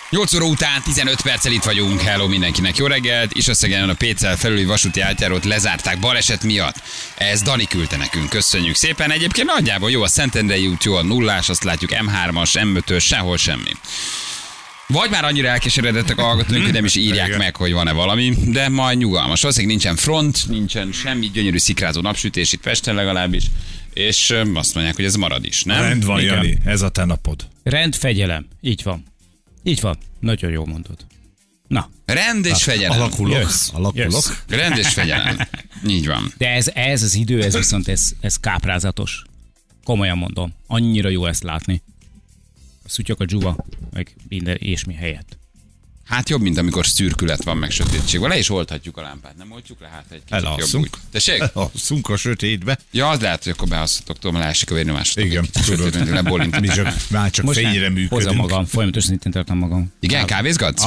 8 óra után 15 perccel itt vagyunk. Hello mindenkinek, jó reggelt. És összegen a Pécel felüli vasúti átjárót lezárták baleset miatt. Ez Dani küldte nekünk, köszönjük szépen. Egyébként nagyjából jó a Szentendrei út, jó a nullás, azt látjuk M3-as, M5-ös, sehol semmi. Vagy már annyira elkeseredettek a hallgatóink, hogy nem is írják meg, hogy van-e valami, de majd nyugalmas. Valószínűleg nincsen front, nincsen semmi, gyönyörű szikrázó napsütés itt Pesten legalábbis, és azt mondják, hogy ez marad is, nem? Rend van, Jani, ez a te napod. Rend, fegyelem, így van. Így van, nagyon jól mondod. Na. Rend és fegyelem. Alakulok. Rend és fegyelem. Így van. De ez az idő, ez viszont ez káprázatos. Komolyan mondom. Annyira jó ezt látni. A szutyok, a dzsuva, meg minden mi helyett. Hát jobb, mint amikor szürkület van, meg sötétség. Le is olthatjuk a lámpát, nem oltjuk le? Hát egy kicsit Elalszunk. jobb úgy. Tessék? Elalszunk a sötétbe. Ja, az lehet, hogy akkor behasszatok, tudom, leesik a vérnyomásotok. Igen, tudod. Már csak most fényre működünk. Hozom magam, folyamatosan szintén tartom magam. Igen, kávézgatsz?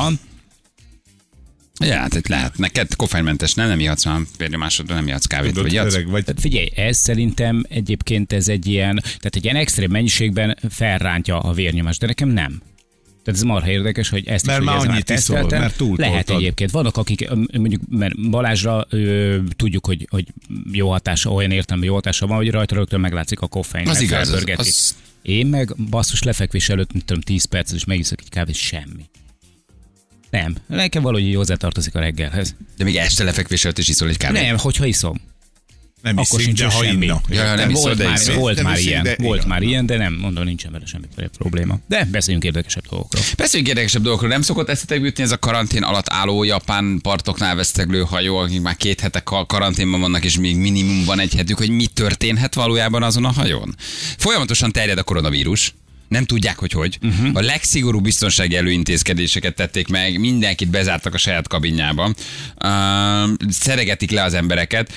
Ja, hát itt lehet. Neked koffeinmentes, nem ihatsz már vérnyomásodra, nem ihatsz kávét, Tudod, vagy ihatsz? Tehát figyelj, ez szerintem egyébként ez egy ilyen, tehát egy ilyen extrém mennyiségben felrántja a vérnyomást, de nekem nem. Tehát ez marha érdekes, hogy ezt mert is már ugye annyit iszol, mert túltoltad. Lehet egyébként. Vannak, akik mondjuk, mert Balázsra tudjuk, hogy jó hatása, olyan értelmű jó hatása van, hogy rajta rögtön meglátszik a koffein. Az igaz. Az... Én meg basszus lefekvés előtt, nem tudom, 10 percet, és megiszok egy kávét, semmi. Nem. Nekem valahogy hozzátartozik a reggelhez. De még este lefekvés előtt is iszol egy kávét? Nem, hogyha iszom. Nem akkor iszik, de ha inna. Ja, nem iszol, de iszol. Volt már ilyen, de nem, mondom, nincsen vele semmiféle probléma. De beszéljünk érdekesebb dolgokról. Beszéljünk érdekesebb dolgokról. Nem szokott eszetekbe jutni ez a karantén alatt álló japán partoknál veszteglő hajó, akik már 2 hete karanténban vannak, és még minimum van egy hetük, hogy mi történhet valójában azon a hajón? Folyamatosan terjed a koronavírus. Nem tudják, hogy. A legszigorúbb biztonsági előintézkedéseket tették meg, mindenkit bezártak a saját kabinjába, szeregetik le az embereket,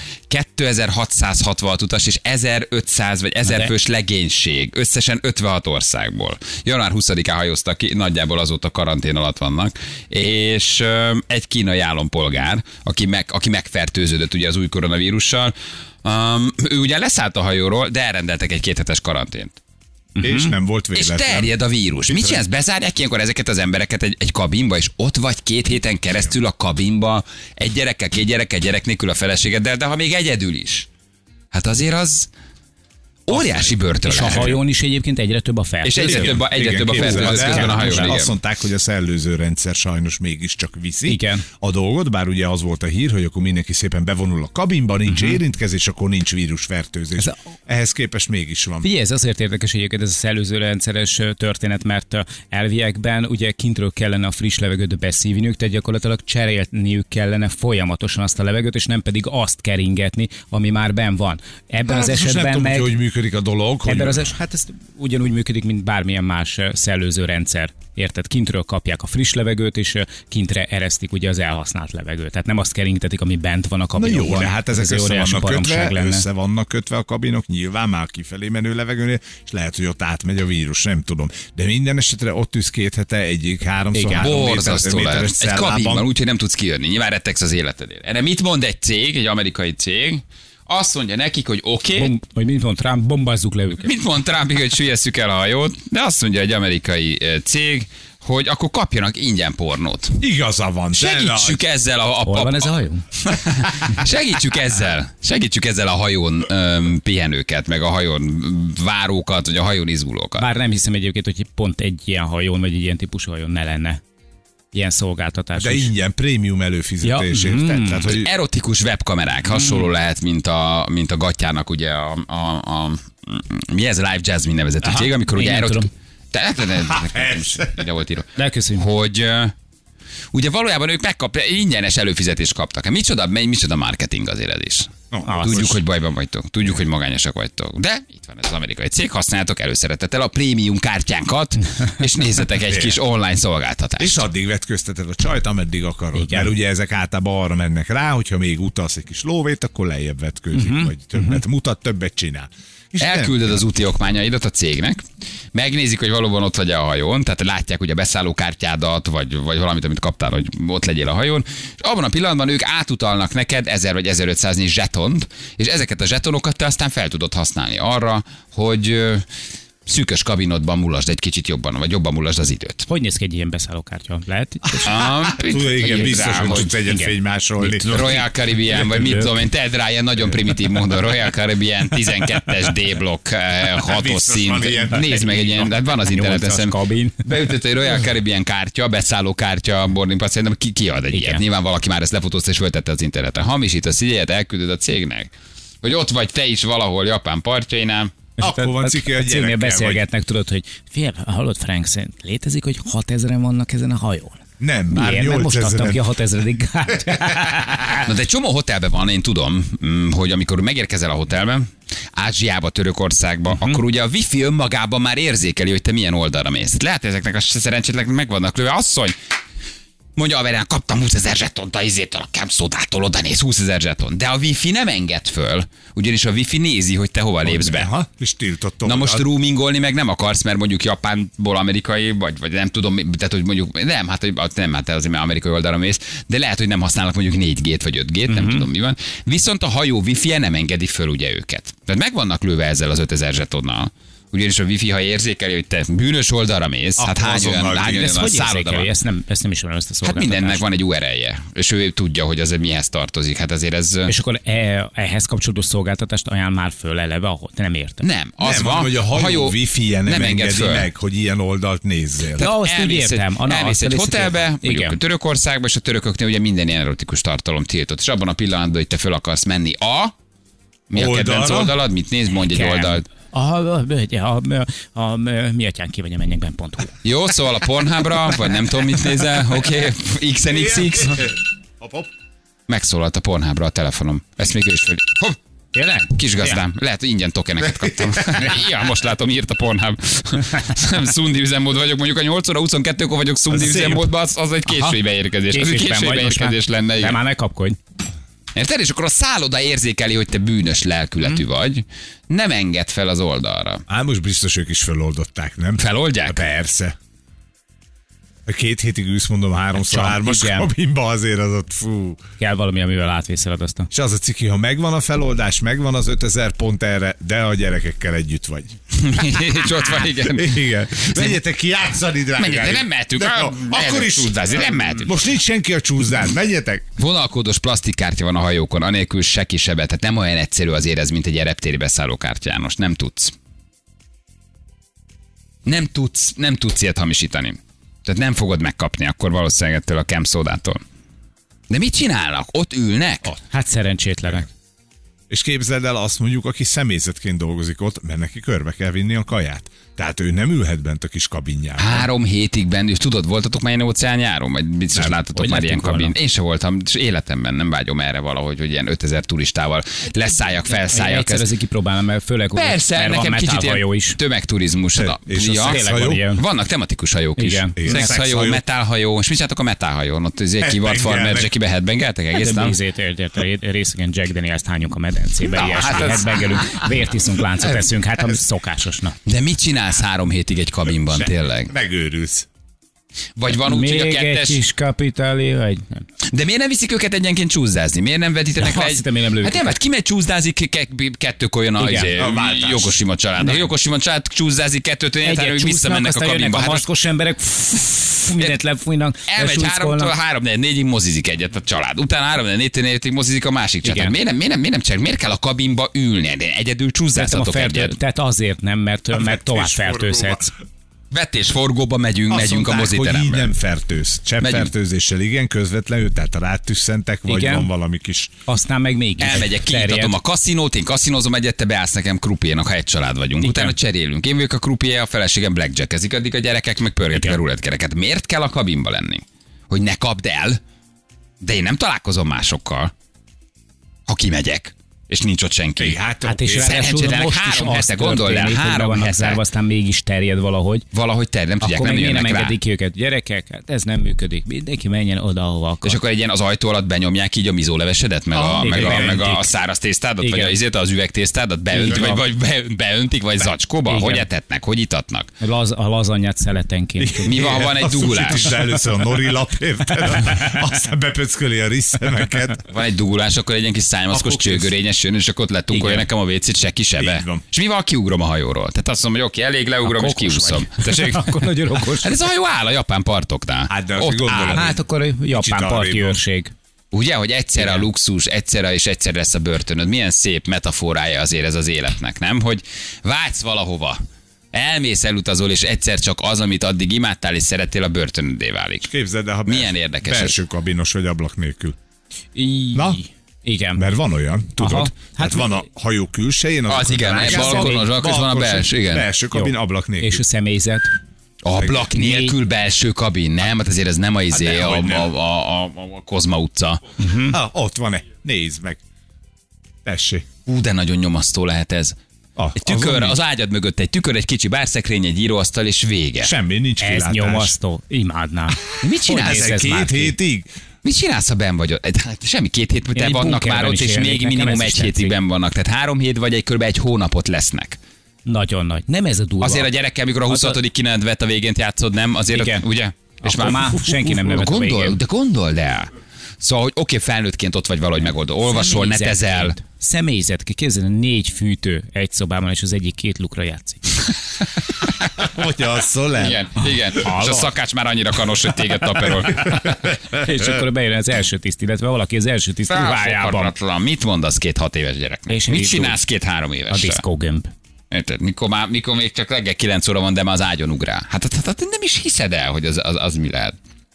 2666 utas és 1500 vagy 1000 fős legénység, összesen 56 országból. Január 20-án hajóztak ki, nagyjából azóta karantén alatt vannak, és egy kínai állampolgár, aki megfertőződött ugye az új koronavírussal, ő ugye leszállt a hajóról, de elrendeltek egy 2 hetes karantént. És nem volt véletlen. És terjed a vírus. Mit csinálsz? Bezárják ilyenkor ezeket az embereket egy kabinba, és ott vagy 2 héten keresztül a kabinba, egy gyerekkel, 2 gyerekkel, gyerek nélkül a feleségeddel, de ha még egyedül is. Hát azért az óriási börtön. És a hajón is egyébként egyre több a fertőző. És egyre több a fertőző közben a hajón. Azt mondták, hogy a szellőző rendszer sajnos mégiscsak viszi igen. a dolgot, bár ugye az volt a hír, hogy akkor mindenki szépen bevonul a kabinba, nincs érintkezés, akkor nincs vírusfertőzés. Ehhez képest mégis van. Figyelj, ez azért érdekes egyébként ez a szellőző rendszeres történet, mert elviekben ugye kintről kellene a friss levegőt beszívniük, tehát gyakorlatilag cserélniük kellene folyamatosan azt a levegőt, és nem pedig azt keringetni, ami már benn van. Ebben az esetben meg hogy működik a dolog. Hát ez ugyanúgy működik, mint bármilyen más szellőző rendszer. Érted? Kintről kapják a friss levegőt, és kintre eresztik ugye az elhasznált levegőt. Tehát nem azt keringtetik, ami bent van a kabinokban. Na jó, de hát ezek össze vannak kötve a kabinok, nyilván már kifelé menő levegőnél, és lehet, hogy ott átmegy a vírus, nem tudom. De minden esetre ott ülsz 2 hete egyik 3x3 méteres egy kabinban, úgyhogy nem tudsz kijönni. Nyilván rettegsz az életedért. Erre mit mond egy cég, egy amerikai cég? Azt mondja nekik, hogy oké. Vagy mit mond Trump, bombázzuk le őket. Mit mond Trump, hogy süllyeszük el a hajót, de azt mondja egy amerikai cég, hogy akkor kapjanak ingyen pornót. Igaza van. Segítsük ezzel Hol van ez a hajó? Segítsük ezzel a hajón pihenőket, meg a hajón várókat, vagy a hajón izgulókat. Bár nem hiszem egyébként, hogy pont egy ilyen hajón, vagy egy ilyen típusú hajón ne lenne ilyen szolgáltatás. De ingyen prémium előfizetés, érted? Tehát, hogy... Erotikus webkamerák, hasonló lehet, mint a gatyának ugye mi ez? Live Jasmine nevezetű cég, amikor ugye erotikus... De volt írva. Hogy ugye valójában ők ingyenes előfizetést kaptak. Micsoda marketing azért ez is. Tudjuk, hogy bajban vagytok. Tudjuk, hogy magányosak vagytok. De itt van ez az amerikai cég, használjátok előszeretettel a prémium kártyánkat, és nézzetek egy kis online szolgáltatást. És addig vetközteted a csajt, ameddig akarod. Igen. Mert ugye ezek általában arra mennek rá, hogyha még utalsz egy kis lóvét, akkor lejjebb vetkőzik, vagy többet mutat, többet csinál. És elküldöd az úti okmányaidat a cégnek, megnézik, hogy valóban ott vagy a hajón, tehát látják, hogy a beszállókártyádat, vagy valamit, amit kaptál, hogy ott legyél a hajón, és abban a pillanatban ők átutalnak neked 1000 vagy 1500 zsetont, és ezeket a zsetonokat te aztán fel tudod használni arra, hogy szűkös kabinodban mullasd egy kicsit jobban, vagy jobban mullasd az időt. Hogy néz ki egy ilyen beszállókártya? Lehet? Igen, biztos, hogy tudsz egyet fénymásolni. Royal Caribbean, vagy mit tudom én, tedd rá ilyen nagyon primitív módon, Royal Caribbean 12-es D-block, 6-os szint. Nézd meg egy ilyen, hát van az interneten. Beütött egy Royal Caribbean kártya, beszállókártya, boarding pass, szerintem kiad egy ilyet. Nyilván valaki már ezt lefotózta és föltette az interneten. Hamisítasz ilyet, elküldöd a cégnek, hogy ott vagy te is valahol Japán partjainál. Akkor van cikke a cégnél beszélgetnek, tudod, hogy figyelj, hallod Frank, létezik, hogy 6000-en vannak ezen a hajón? Nem, már 8000-en. Mert most adtam ki a 6000. kártyát. Na de egy csomó hotelben van, én tudom, hogy amikor megérkezel a hotelben, Ázsiába, Törökországba, akkor ugye a wifi önmagában már érzékeli, hogy te milyen oldalra mész. Lehet, ezeknek a szerencsétlenek meg vannak lőve. Asszony, mondja a verán, kaptam 20 000 zsetont a izétől, a Camp-Sodától, oda néz 20 000 zseton. De a wifi nem enged föl, ugyanis a wifi nézi, hogy te hova lépsz be. Aha, és tiltott. Na most roamingolni meg nem akarsz, mert mondjuk Japánból amerikai, vagy nem tudom, tehát hogy mondjuk, nem, hát te azért amerikai oldalra mész, de lehet, hogy nem használnak mondjuk 4G-t vagy 5G-t, nem tudom mi van. Viszont a hajó wifi-je nem engedi föl ugye őket. Tehát meg vannak lőve ezzel az 5000 zsetonnal. Ugyanis a wifi, ha érzékeli, hogy te bűnös oldalra mész, hát hány olyan szálloda van. Ezt nem ismerem, ezt a szolgáltatást. Hát mindennek van egy URL-je, és ő tudja, hogy az mihez tartozik. Hát azért ez... És akkor ehhez kapcsolódó szolgáltatást ajánl már föl eleve, ahol te nem értem. Nem, az van, hogy a hajó wifi-je nem engedi föl. Meg, hogy ilyen oldalt nézzél. De azt úgy értem. Elmész egy hotelbe, mondjuk Törökországba, és a törököknél ugye minden ilyen erotikus tartalom tiltott. És abban a pillanatban, hogy te föl akarsz menni mi a kedvenc oldalad? Mit néz? Mondj egy oldalt. Mi atyán ki vagy a mennyekben.hu. Jó, szóval a Pornhubra, vagy nem tudom mit nézel, oké, XNXX. Megszólalt a Pornhubra a telefonom. Ezt még ő is fel. Tényleg? Kisgazdám. Lehet, hogy ingyen tokeneket kaptam. Ja, most látom, írt a Pornhub. Nem szundi üzemmód vagyok, mondjuk a 8 óra 22-kor vagyok szundi üzemmódban, az egy késői beérkezés. Az egy késői beérkezés lenne. De már megkapkodj. Érted? És akkor a szálloda érzékeli, hogy te bűnös lelkületű vagy, nem enged fel az oldalra. Most biztos ők is feloldották, nem? Feloldják? Persze. 2 hétig ülsz, mondom, 3x3-as kabinba, azért az ott, fú. Kell valami, amivel átvészeled azt. És az a ciki, ha megvan a feloldás, megvan az 5000 pont erre, de a gyerekekkel együtt vagy. És ott van, igen. Igen. Menjetek ki játszani, drágáim. Menjetek, nem mehetünk. Akkor is csúszdázni, nem mehetünk. Most nincs senki a csúszdán, menjetek. Vonalkódos plastikkártya van a hajókon, anélkül se kisebet. Tehát nem olyan egyszerű azért ez, mint egy reptéri beszállókártya, János. Nem tudsz. Nem tudsz ilyet hamisítani. Tehát nem fogod megkapni akkor valószínűleg ettől a Camp-Sodától. De mit csinálnak? Ott ülnek? Hát szerencsétlenek. És képzeld el azt mondjuk, aki személyzetként dolgozik ott, mert neki körbe kell vinni a kaját. Tehát ő nem ülhet bent a kis kabinjában. 3 hétig bent, és tudod, voltatok már ilyen óceánjáron? Vagy biztos láttatok már ilyen kabin? Én se voltam, és életemben nem vágyom erre valahogy, hogy ilyen 5000 turistával leszálljak, felszálljak. Egyszer azért kipróbálom, mert főleg persze, nekem kicsit ilyen is. Tömegturizmus. És a szexhajó? Vannak tematikus hajók is. Szexhajó, metálhajó. És mit csináltok a metálhajón? Ott kivart farmer Jackie-be headbangeltek egész nap? Részegen Jack Daniels-t hányunk a medencébe, ilyesmi headbangelünk, vért iszunk, láncot eszünk, hát ami szokásosnak. De mit csinálsz 3 hétig egy kabinban, tényleg? Megőrülsz. Vagy van úgy, hogy a kettes... Még egy kis kapitáli, vagy nem. De miért nem viszik őket egyenként csúszdázni? Miért nem vetítenek le egy... Hát nem, hát kimegy csúszdázik, 2-kor jön a Jokosima család. A Jokosima család csúszdázik 2-től, hogy visszamennek a kabinba. A maszkos emberek mindent lefújnak. Elmegy 3-tól 3-4-ig mozizik egyet a család. Utána 3-4-től mozizik a másik család. Miért nem csinálják? Miért kell a kabinba ülni? Egyedül csúszdászhatok egyet. Tehát azért nem, mert tovább fertőzhetsz. Vetésforgóba megyünk a moziterembe. Hogy így nem fertőz. Cseppfertőzéssel igen, közvetlenül, tehát rátüsszentek, vagy igen. Van valami kis... Aztán meg még elmegyek, kinyitatom a kaszinót, én kaszinózom egyet, te beállsz nekem krupénak, ha egy család vagyunk. Igen. Utána cserélünk. Én vagyok a krupé, a feleségem blackjackezik, addig a gyerekek meg pörgetik a rulettkereket. Miért kell a kabinba lenni? Hogy ne kapd el? De én nem találkozom másokkal, ha kimegyek. És nincs ott senki. Hát és ráadásul most is azt történik, 3 hete. Aztán mégis terjed valahogy. Valahogy terjed, nem tudják, nem jönnek rá. Akkor nem engedik őket. Gyerekek, hát ez nem működik. Mindenki menjen oda, ahova akar. És akkor egy ilyen az ajtó alatt benyomják így a mizólevesedet, meg a száraz tésztádat, vagy az üvegtésztádat beöntik, vagy zacskóba? Hogy etetnek, hogy itatnak? A lazanyát szeletenként. Mi van, ha van egy dugulás? Először a norilap, érted? Aztán bepöcköli a risszemeket. Van egy dugulás, akkor egy ilyen kis szánymaszkos csőgörényes is jön, és akkor ott letunkolja nekem a WC-t, se ki se be. És mi van, kiugrom a hajóról? Tehát azt mondom, hogy oké, elég, leugrom, és kiúszom. Akkor nagyon okos. Hát ez a hajó áll a japán partoknál. Hát akkor a japán parti őrség. Ugye, hogy egyszerre a luxus, egyszerre és egyszerre lesz a börtönöd. Milyen szép metaforája azért ez az életnek, nem? Hogy vágysz valahova. Elmész, elutazol, és egyszer csak az, amit addig imádtál és szerettél, a börtönödé válik. Képzeld el, ha milyen érdekes. Belső kabinos vagy ablak nélkül. Na? Igen. Mert van olyan, tudod? Hát van a hajó külsején. Az igen, balkonos, és van a belső, igen. Belső kabin, ablak nélkül. És a személyzet. Ablak nélkül belső kabin, nem? Hát azért ez nem a a Kozma utca. Ott van-e? Nézd meg. Tessék. De nagyon nyomasztó lehet ez. Egy tükör, az ágyad mögött egy tükör, egy kicsi bárszekrény, egy íróasztal, és vége. Semmi, nincs kilátás. Ez nyomasztó. Imádnám. Mit csinálsz ez 2 hétig? Mit csinálsz, ha benn vagy? Semmi, 2 hét, te vannak már ott, és még minimum 1 hétig benn vannak. Tehát 3 hét vagy kb. 1 hónapot lesznek. Nagyon nagy. Nem ez a durva. Azért a gyerekkel, mikor a 26. kinevet a végén játszod, nem? Azért, igen. Ugye? És már senki nem nevet a végén. De gondold el. Szóval, hogy oké, felnőttként ott vagy valahogy megoldó. Olvasol, netezel. Személyzet, képzelni 4 fűtő egy szobában, és az egyik 2 lukra játszik. Hogy asszol el? Igen. És a szakács már annyira kanos, hogy téged taperol. És akkor bejön az első tiszt, illetve valaki az első tiszt ruhájában. Mit mondasz 2-6 éves gyereknek? Mit csinálsz 2-3 évesre? A diszkógömb. Érted? Mikor még csak reggel 9 óra van, de már az ágyon ugrál. Hát nem is hiszed el, hogy az mi lehet.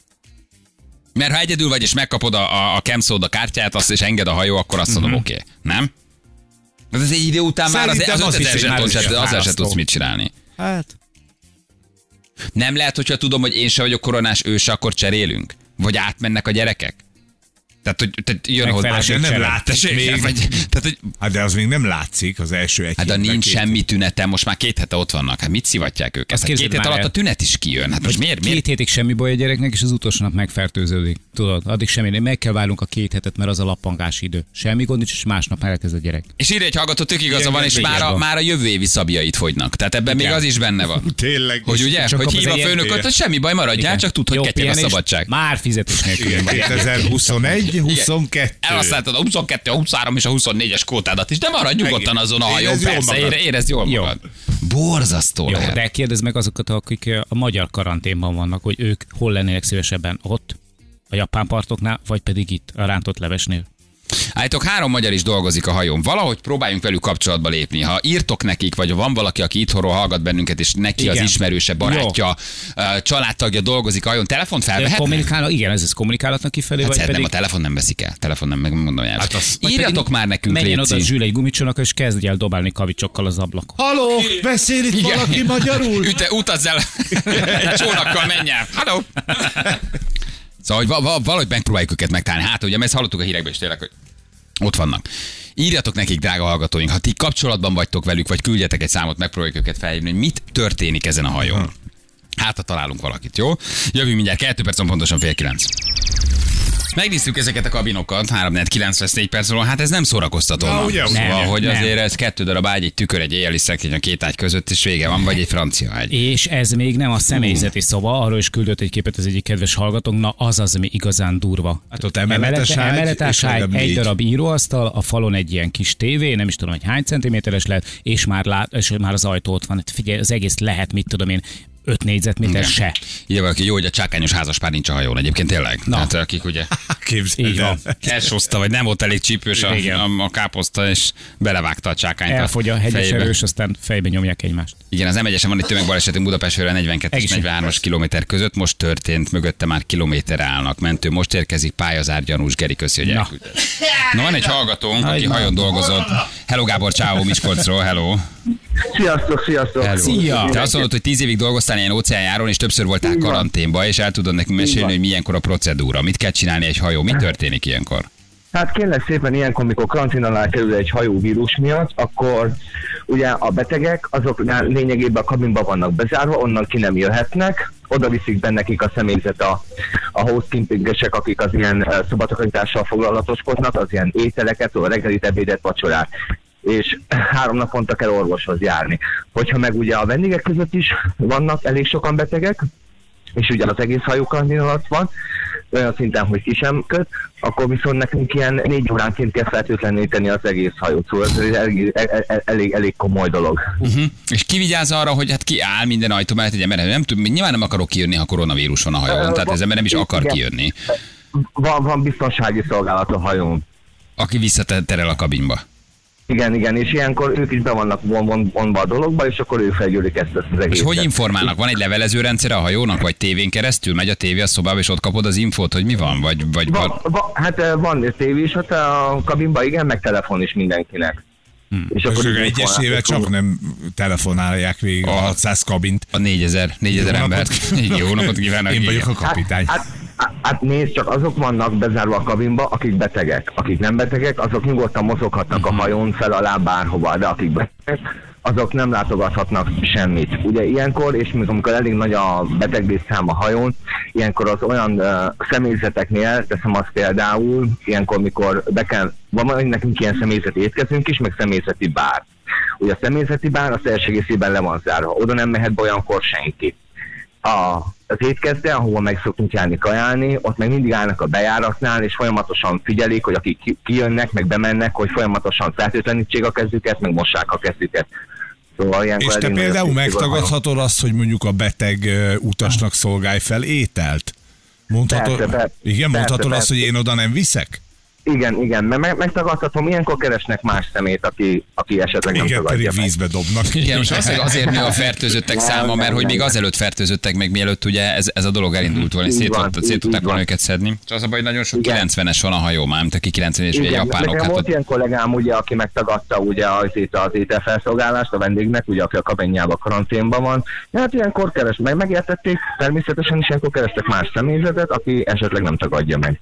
Mert ha egyedül vagy, és megkapod a Kemszóda kártyát, azt és enged a hajó, akkor azt mondom, oké. Nem? De ez egy idő után már az 5000 se tudsz mit csinálni. Hát. Nem lehet, hogyha tudom, hogy én se vagyok koronás őse, akkor cserélünk? Vagy átmennek a gyerekek? Tehát jön hozzá, nem látszik még. Hát de az még nem látszik az első 1 Hát de nincs semmi tünete, most már 2 hete ott vannak. Hát mit szivatják őket? 2 hét alatt a tünet is kijön. Hát most miért? 2 hétig semmi baj a gyereknek, és az utolsó nap megfertőződik. Tudod, addig semmi. Meg kell várnunk a 2 hetet, mert az a lappangás idő. Semmi gond nincs, és másnap elkezd a gyerek. És írja egy hallgató, tök igaza van, és már a jövő évi szabjait fogynak. Tehát ebben még az is benne van. Tényleg. Hogy ugye, hogy hív a főnököt, hogy semmi baj, maradjál, csak tud, hogy kettyeg a szabadság. Már fizetés nélkül. 2021, 22. Elhasználtad a 22, a 23 és a 24-es kótádat is, de maradj nyugodtan azon a hajón, persze, érezd jól magad. Borzasztó lehet. De kérdezd meg azokat, akik a magyar karanténban vannak, hogy ők hol lennének szívesebben, ott, a japán partoknál, vagy pedig itt, a rántott levesnél. Állítok, 3 magyar is dolgozik a hajón. Valahogy próbáljunk velük kapcsolatba lépni. Ha írtok nekik, vagy van valaki, aki itthonról hallgat bennünket, és neki igen. Az ismerőse, barátja, családtagja dolgozik a hajón, telefont felvehetnek? Igen, ez kommunikálhatnak kifelé, hát vagy pedig... nem, a telefon nem veszik el. Telefon nem, megmondom el. Hát írjatok már nekünk, menjen oda Zsül egy gumicsónak, és kezdj el dobálni kavicsokkal az ablakon. Halló, beszél itt valaki magyarul? Utazz el, csónakkal menj el. Halló! Szóval, hogy valahogy megpróbáljuk őket megtalálni. Hát ugye, mert ezt hallottuk a hírekben is tényleg, hogy ott vannak. Írjatok nekik, drága hallgatóink, ha ti kapcsolatban vagytok velük, vagy küldjetek egy számot, megpróbáljuk őket felhívni, hogy mit történik ezen a hajón. Hát, ha találunk valakit, jó? Jövünk mindjárt 2 percon, pontosan 8:30. Megnéztük ezeket a kabinokat, 3-4-9 lesz 4 perc hát ez nem szórakoztató. Szóval, hogy azért ez 2 darab ágy, egy tükör, egy éjjeli szekrény a 2 ágy között, és vége van, vagy egy francia ágy. És ez még nem a személyzeti szoba, arról is küldött egy képet az egyik kedves hallgatónk, na az az, ami igazán durva. Hát ott emeletes ágy, egy darab íróasztal, a falon egy ilyen kis tévé, nem is tudom, hogy hány centiméteres lehet, és már az ajtó ott van. Figyelj, az egész lehet, mit tudom én, 5 négyzetméter se. Ide valaki jó, hogy a csákányos házaspár nincs a hajón egyébként tényleg. Na. Hát akik ugye képzeld el. Elsózta, vagy nem volt elég csípős a káposzta, és belevágta a csákányt. Elfogy a hegyes erős, aztán fejbe nyomják egymást. Igen, az M1-esen van egy tömegbalesetünk Budapestről 42-43-as kilométer között, most történt, mögötte már kilométerre állnak mentő, most érkezik pályazár gyanús, Geri, köszi, hogy elküldted. Na, van egy hallgatónk, aki hajón dolgozott. Hello Gábor, ciao Miskolcról, hello. Sziasztok. Szia. Te azt mondod, hogy 10 évig dolgoztál ilyen óceánjáron, és többször voltál karanténba, és el tudod nekünk mesélni, hogy milyenkor a procedúra. Mit kell csinálni egy hajó? Mi történik ilyenkor? Hát kérlek szépen ilyenkor, mikor karantény alá kerül egy hajó vírus miatt, akkor ugye a betegek, azok lényegében a kabinban vannak bezárva, onnan ki nem jöhetnek, oda viszik benne nekik a személyzet a housekeepingesek, akik az ilyen szobatakarítással foglalatoskodnak, az ilyen ételeket, a reggelit, ebédet, vacsorát. És 3 naponta kell orvoshoz járni. Hogyha meg ugye a vendégek között is vannak elég sokan betegek, és ugye az egész hajó karantén alatt van, olyan szinten, hogy ki sem köt, akkor viszont nekünk ilyen 4 óránként kell fertőtleníteni az egész hajót. Szóval ez elég komoly dolog. És ki vigyáz arra, hogy hát ki áll minden ajtó mellett, ugye, mert nem tudom, nyilván nem akarok kijönni, ha koronavírus van a hajón, tehát ez ember nem is akar kijönni. Van biztonsági szolgálat a hajón. Aki visszaterel a kabinba. Igen, és ilyenkor ők is be vannak vonva a dologba, és akkor ők felgyűlik ezt az egészet. És hogy informálnak? Van egy levelező rendszere a hajónak, vagy tévén keresztül? Megy a tévé a szobába, és ott kapod az infót, hogy mi van? Hát van tévé is ott a kabinban, igen, meg telefon is mindenkinek. És akkor egyesével csak nem telefonálják végig a 600 kabint. A 4000 embert. Jó napot kívánok. Én vagyok a kapitány. Hát nézd, csak azok vannak bezárva a kabinba, akik betegek. Akik nem betegek, azok nyugodtan mozoghatnak a hajón fel alá bárhova, de akik betegek, azok nem látogathatnak semmit. Ugye ilyenkor, és amikor elég nagy a beteglétszám a hajón, ilyenkor az olyan személyzeteknél, teszem azt például, ilyenkor, mikor van nekünk ilyen személyzeti étkezünk is, meg személyzeti bár. Ugye a személyzeti bár az teljes egészében le van zárva, oda nem mehet be olyankor senki. Az étkezde, ahol meg szoktunk járni kajálni, ott meg mindig állnak a bejáratnál, és folyamatosan figyelik, hogy akik kijönnek, meg bemennek, hogy folyamatosan fertőtlenítsék a kezüket, meg mossák a kezüket. Szóval és te például megtagadhatod azt, hogy mondjuk a beteg utasnak szolgálj fel ételt? Mondhatod azt, hogy én oda nem viszek? Igen, mert megtagadhatom, ilyenkor keresnek más szemét, aki esetleg nem tagadja. Igen, pedig vízbe dobnak. Igen, most azért nő a fertőzöttek száma, mert hogy még azelőtt fertőzöttek, meg mielőtt ugye ez a dolog elindult volna, szét tudták volna őket szedni. És az a baj, hogy nagyon sok 90-es van a hajó már, mint aki 90-es ugye japánok. Nekem volt ilyen kollégám, ugye, aki megtagadta ugye az ételfelszolgálást a vendégnek, ugye, aki a kabinjában karanténban van. Hát ilyenkor megértették, természetesen is ilyenkor kerestek más személyzetet, aki esetleg nem tagadja meg.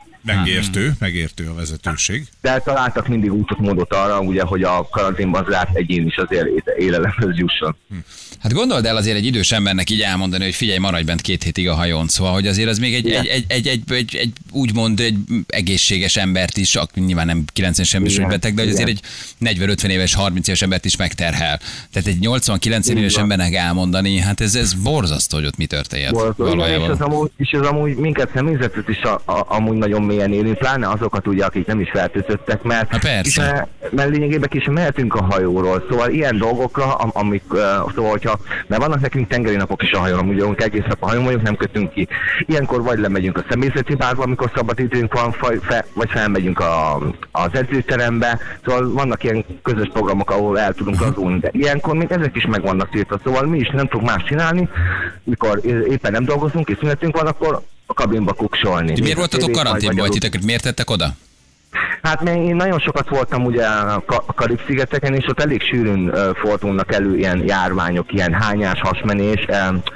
Megértő a vezetőség. De találtak mindig útot, módot arra, ugye, hogy a karanténban zárt egyén is azért élelemhöz jusson. Hát gondold el azért egy idős embernek így elmondani, hogy figyelj, maradj bent 2 hétig a hajón, szóval, hogy azért az még egy úgymond egy egészséges embert is, nyilván nem 90-es ember is beteg, de hogy azért egy 40-50 éves, 30 éves embert is megterhel. Tehát egy 80-90 éves embernek elmondani, hát ez borzasztó, hogy ott mi történhet valójában. És ez amúgy minket személyzetet is amúgy nagyon mélyen érint, pláne azokat ugye, akik nem is fertőzöttek, mert lényegében ki sem mehetünk a hajóról. Szóval ilyen dolgokra, amik, szóval, hogyha, mert vannak nekünk tengeri napok is a hajón, ugye egész nap a hajón vagyunk, nem kötünk ki. Ilyenkor vagy lemegyünk a személyzeti bárba, amikor szabad időnk van, vagy felmegyünk az edzőterembe. Szóval vannak ilyen közös programok, ahol el tudunk lazulni, de ilyenkor még ezek is meg vannak tiltva. Szóval mi is nem tudunk más csinálni, mikor éppen nem dolgozunk és szünetünk van, akkor a kabinba kuksolni. Miért voltatok karanténban, vagy titeket miért tettek oda? Hát én nagyon sokat voltam ugye a Karib-szigeteken, és ott elég sűrűn fordulnak elő ilyen járványok, ilyen hányás, hasmenés,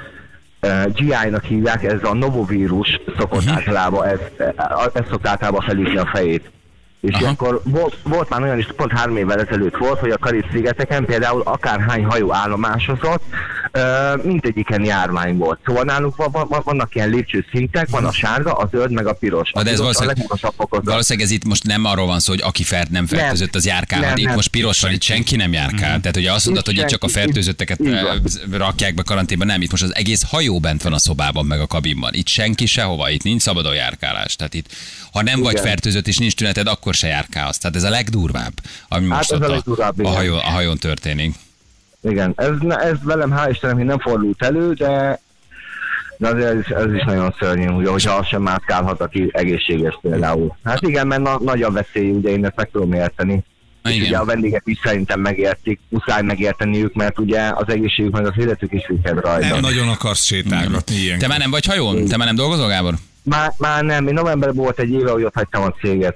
GI-nak hívják, ez a novovírus szokott általában, ez szokott általában felütni a fejét. És akkor volt már olyan is, pont 3 évvel ezelőtt volt, hogy a Karib-szigeteken például akárhány hajó állomásozott, mindegyiken járvány volt. Szóval nálunk vannak ilyen lépcsőszintek, van a sárga, a zöld, meg a piros. De ez valószínűleg ez itt most nem arról van szó, hogy aki nem fertőzött, az járkálhat. Itt most piros van, itt senki nem járkál. Tehát ugye azt mondod, hogy itt csak a fertőzötteket rakják be karanténba, nem, itt most az egész hajó bent van a szobában, meg a kabinban. Itt senki sehova, itt nincs szabadon járkálás. Tehát itt, ha nem vagy fertőzött és nincs tüneted, akkor se járkálsz. Tehát ez a legdurvább, ami most ott a hajón történik. Igen, ez velem hál' Istennek még nem fordult elő, de azért ez is nagyon szörnyű, ugye, hogyha az sem mászkálhat, aki egészséges például. Hát igen, mert nagy a veszély, ugye én ezt meg tudom érteni. És ugye a vendégek is szerintem megértik, muszáj megérteniük, mert ugye az egészségük meg az életük is függhet rajta. Nem nagyon akarsz sétálgatni ilyenkor. Te már nem vagy hajón? Te már nem dolgozol, Gábor? Már nem, én novemberben volt egy éve, hogy ott hagytam a céget.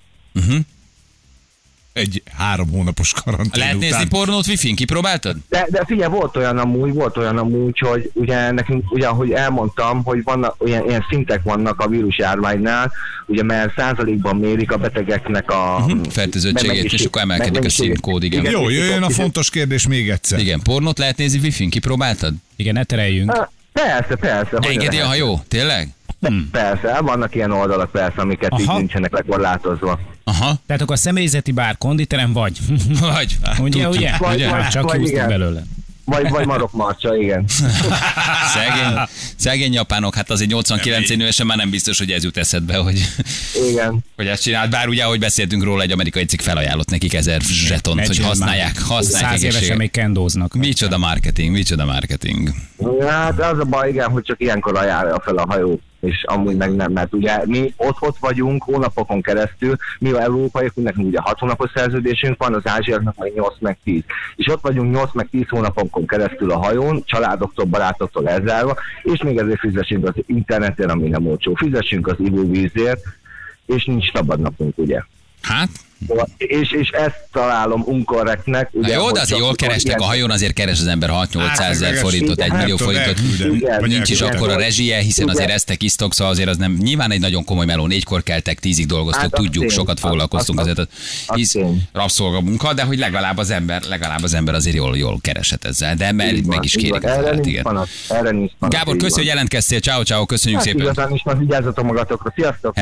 Egy 3 hónapos karantén lehet után. Nézni pornót Wi-Fi-n? Kipróbáltad? De figyelj, volt olyan amúgy, hogy ugye nekünk, ugye ahogy elmondtam, hogy vannak ilyen szintek vannak a vírusjárványnál, ugye mert százalékban mérik a betegeknek a fertőzöttségét, és akkor emelkedik a színkód, igen. Jó, jöjjön a fontos kérdés még egyszer. Igen, pornót lehet nézni Wi-Fi-n? Kipróbáltad? Igen, ne tereljünk. Persze. Engedi a hajó? Tényleg? Persze, vannak ilyen oldalak persze, amiket így nincsenek lekorlátozva. Aha. Tehát akkor a személyzeti bár, konditerem vagy? Vagy. Ugye? Vagy csak kiúztunk belőle. Vagy marokmarcsa, igen. Szegény japánok, hát azért 89 évesen már nem biztos, hogy ez jut eszedbe, hogy, igen. hogy ezt csinált. Bár ugye, ahogy beszéltünk róla, egy amerikai cikk felajánlott nekik 1000 zsetont, hogy használják 100 évesen még kendóznak. Micsoda marketing. Hát az a baj, igen, hogy csak ilyenkor ajánlja fel a hajó, és amúgy meg nem, mert ugye mi ott vagyunk hónapokon keresztül, mi a európaiak, nekünk ugye 6 hónapos szerződésünk van, az ázsiaknak meg 8 meg 10. És ott vagyunk 8 meg 10 hónapokon keresztül a hajón, családoktól, barátoktól elzárva, és még ezért fizessünk az interneten, ami nem olcsó. Fizessünk az ivóvízért, és nincs szabad napunk, ugye. Hát? És ezt találom unkorrektnek. Na jó, de azért jól kerestek a hajón, azért keres az ember 6-800 ezer forintot, 1 millió forintot. Nincs is akkor a rezsie, hiszen azért eztek, isztok, szóval azért az nem, nyilván egy nagyon komoly meló, 4-kor keltek, 10-ig dolgoztok, tudjuk, sokat foglalkoztunk azért a rabszolgamunka, de hogy legalább az ember azért jól keresett ezzel, de meg is kérik. Erre nincs panat. Gábor, köszönjük, hogy jelentkeztél, ciao, köszönjük szépen. Igazán is, vigyázzatok magatokra, sziasztok!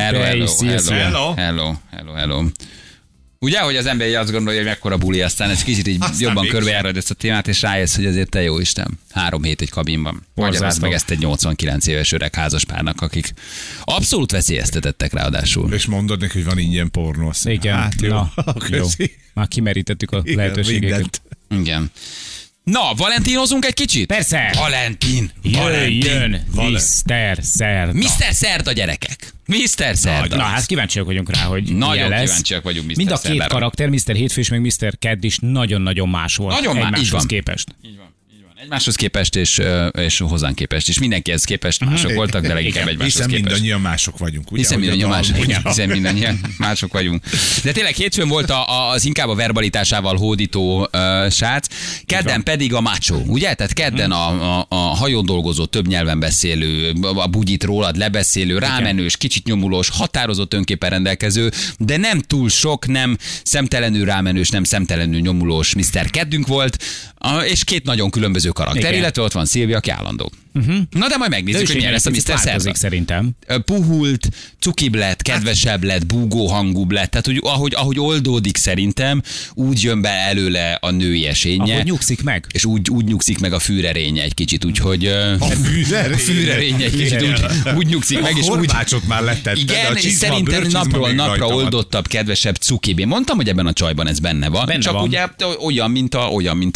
Hello. Ugye, hogy az ember azt gondolja, hogy mekkora buli, aztán ez kicsit így jobban körbejárod ezt a témát, és rájössz, hogy azért te jó Isten. 3 hét egy kabinban. Magyarázd meg ezt egy 89 éves öreg házaspárnak, akik abszolút veszélyeztetettek ráadásul. És mondod neki, hogy van ingyen pornó. Igen, hát, jó. Már kimerítettük a lehetőségeket. Igen. Na, valentinozunk egy kicsit? Persze. Valentin. Jön Mr. Szerda. Mr. Szerda, gyerekek. Mr. Szerda. Na, hát kíváncsiak vagyunk rá, hogy nagyon lesz. Kíváncsiak vagyunk Mr. Mind a két karakter, Mr. Hétfő és meg Mr. Kedd is nagyon-nagyon más volt. Nagyon egymáshoz képest. Így van. Egymáshoz képest és hozzánk képest. És mindenkihez képest mások voltak, de leginkább egymáshoz képest. Hiszen mindannyian mások vagyunk. Ugye? Hiszen mindannyian mások vagyunk. De tényleg hétfőn volt az inkább a verbalitásával hódító srác, kedden pedig a macho, ugye? Tehát kedden a hajón dolgozó, több nyelven beszélő, a bugyit rólad lebeszélő, rámenős, kicsit nyomulós, határozott önképpen rendelkező, de nem túl sok, nem szemtelenül rámenős, nem szemtelenül nyomulós Mr. Keddünk volt, és két nagyon különböző karakter, illetve ott van Szilvia, aki állandó. Na de majd megnézzük, hogy milyen lesz a Mr. Szerda. Szerintem. Puhult, cukibb lett, kedvesebb lett, búgó hangúbb lett. Tehát ahogy oldódik szerintem, úgy jön be előle a női esénye. Ahogy nyugszik meg. És úgy nyugszik meg a fűrerénye egy kicsit, úgyhogy... A fűrerénye egy kicsit úgy nyugszik meg, és úgy... Hormácsot már lettette. Igen, és szerintem napról napra oldottabb, kedvesebb, cukibb. Én mondtam, hogy ebben a csajban ez benne van. Csak ugye olyan, mint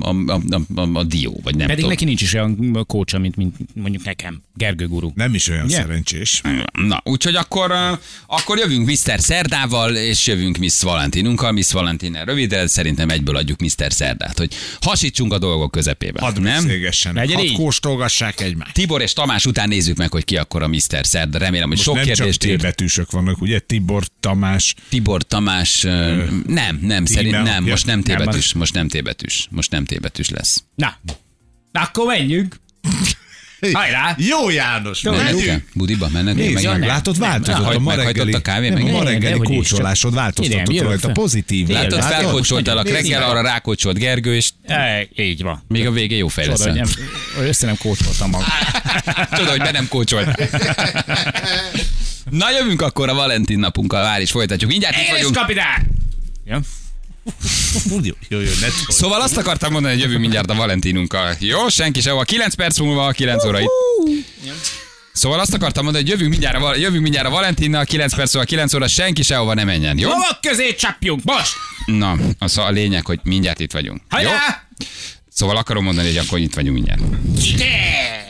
a dió, vagy nem. Pedig neki nincs is olyan kócsa, mint mondjuk nekem, Gergő guru. Nem is olyan szerencsés. Na, úgyhogy akkor jövünk Mr. Szerdával, és jövünk Miss Valentinunkkal. Miss Valentinnel rövidre, szerintem egyből adjuk Mr. Szerdát, hogy hasítsunk a dolgok közepébe. Hadd beszélgessenek, hadd kóstolgassák egymást. Tibor és Tamás után nézzük meg, hogy ki akkor a Mr. Szerda. Remélem, hogy most sok kérdést írt. Nem csak T-betűsök vannak, ugye? Tibor, Tamás, nem, szerintem nem, most nem T-betűs lesz. Na, akkor menjünk. Hajrá! Jó János! Budiba mennek? Nézd meg, látod, változott a ma reggeli kócsolásod, változtatott rajta, pozitív. Látod, felkócsoltalak reggel, arra rákócsolt Gergő, és így van. Még a végén jó fej lesz. Össze nem kócsoltam magam. Tudod, hogy be nem kócsolt. Na, jövünk akkor a Valentin napunkkal, várj, és folytatjuk. Mindjárt itt vagyunk. Kapitány! Ja. Jó, szóval azt akartam mondani, hogy jövünk mindjárt a Valentinunkkal. Jó, senki sehova. 9 perc múlva, 9 óra itt. Szóval azt akartam mondani, hogy jövünk mindjárt a Valentinnal, 9 perc múlva, 9 óra, senki sehova ne menjen. Jó? Lovak közé csapjunk, most! Na, az a lényeg, hogy mindjárt itt vagyunk. Hajrá! Jó? Szóval akarom mondani, hogy akkor itt vagyunk mindjárt. Igen!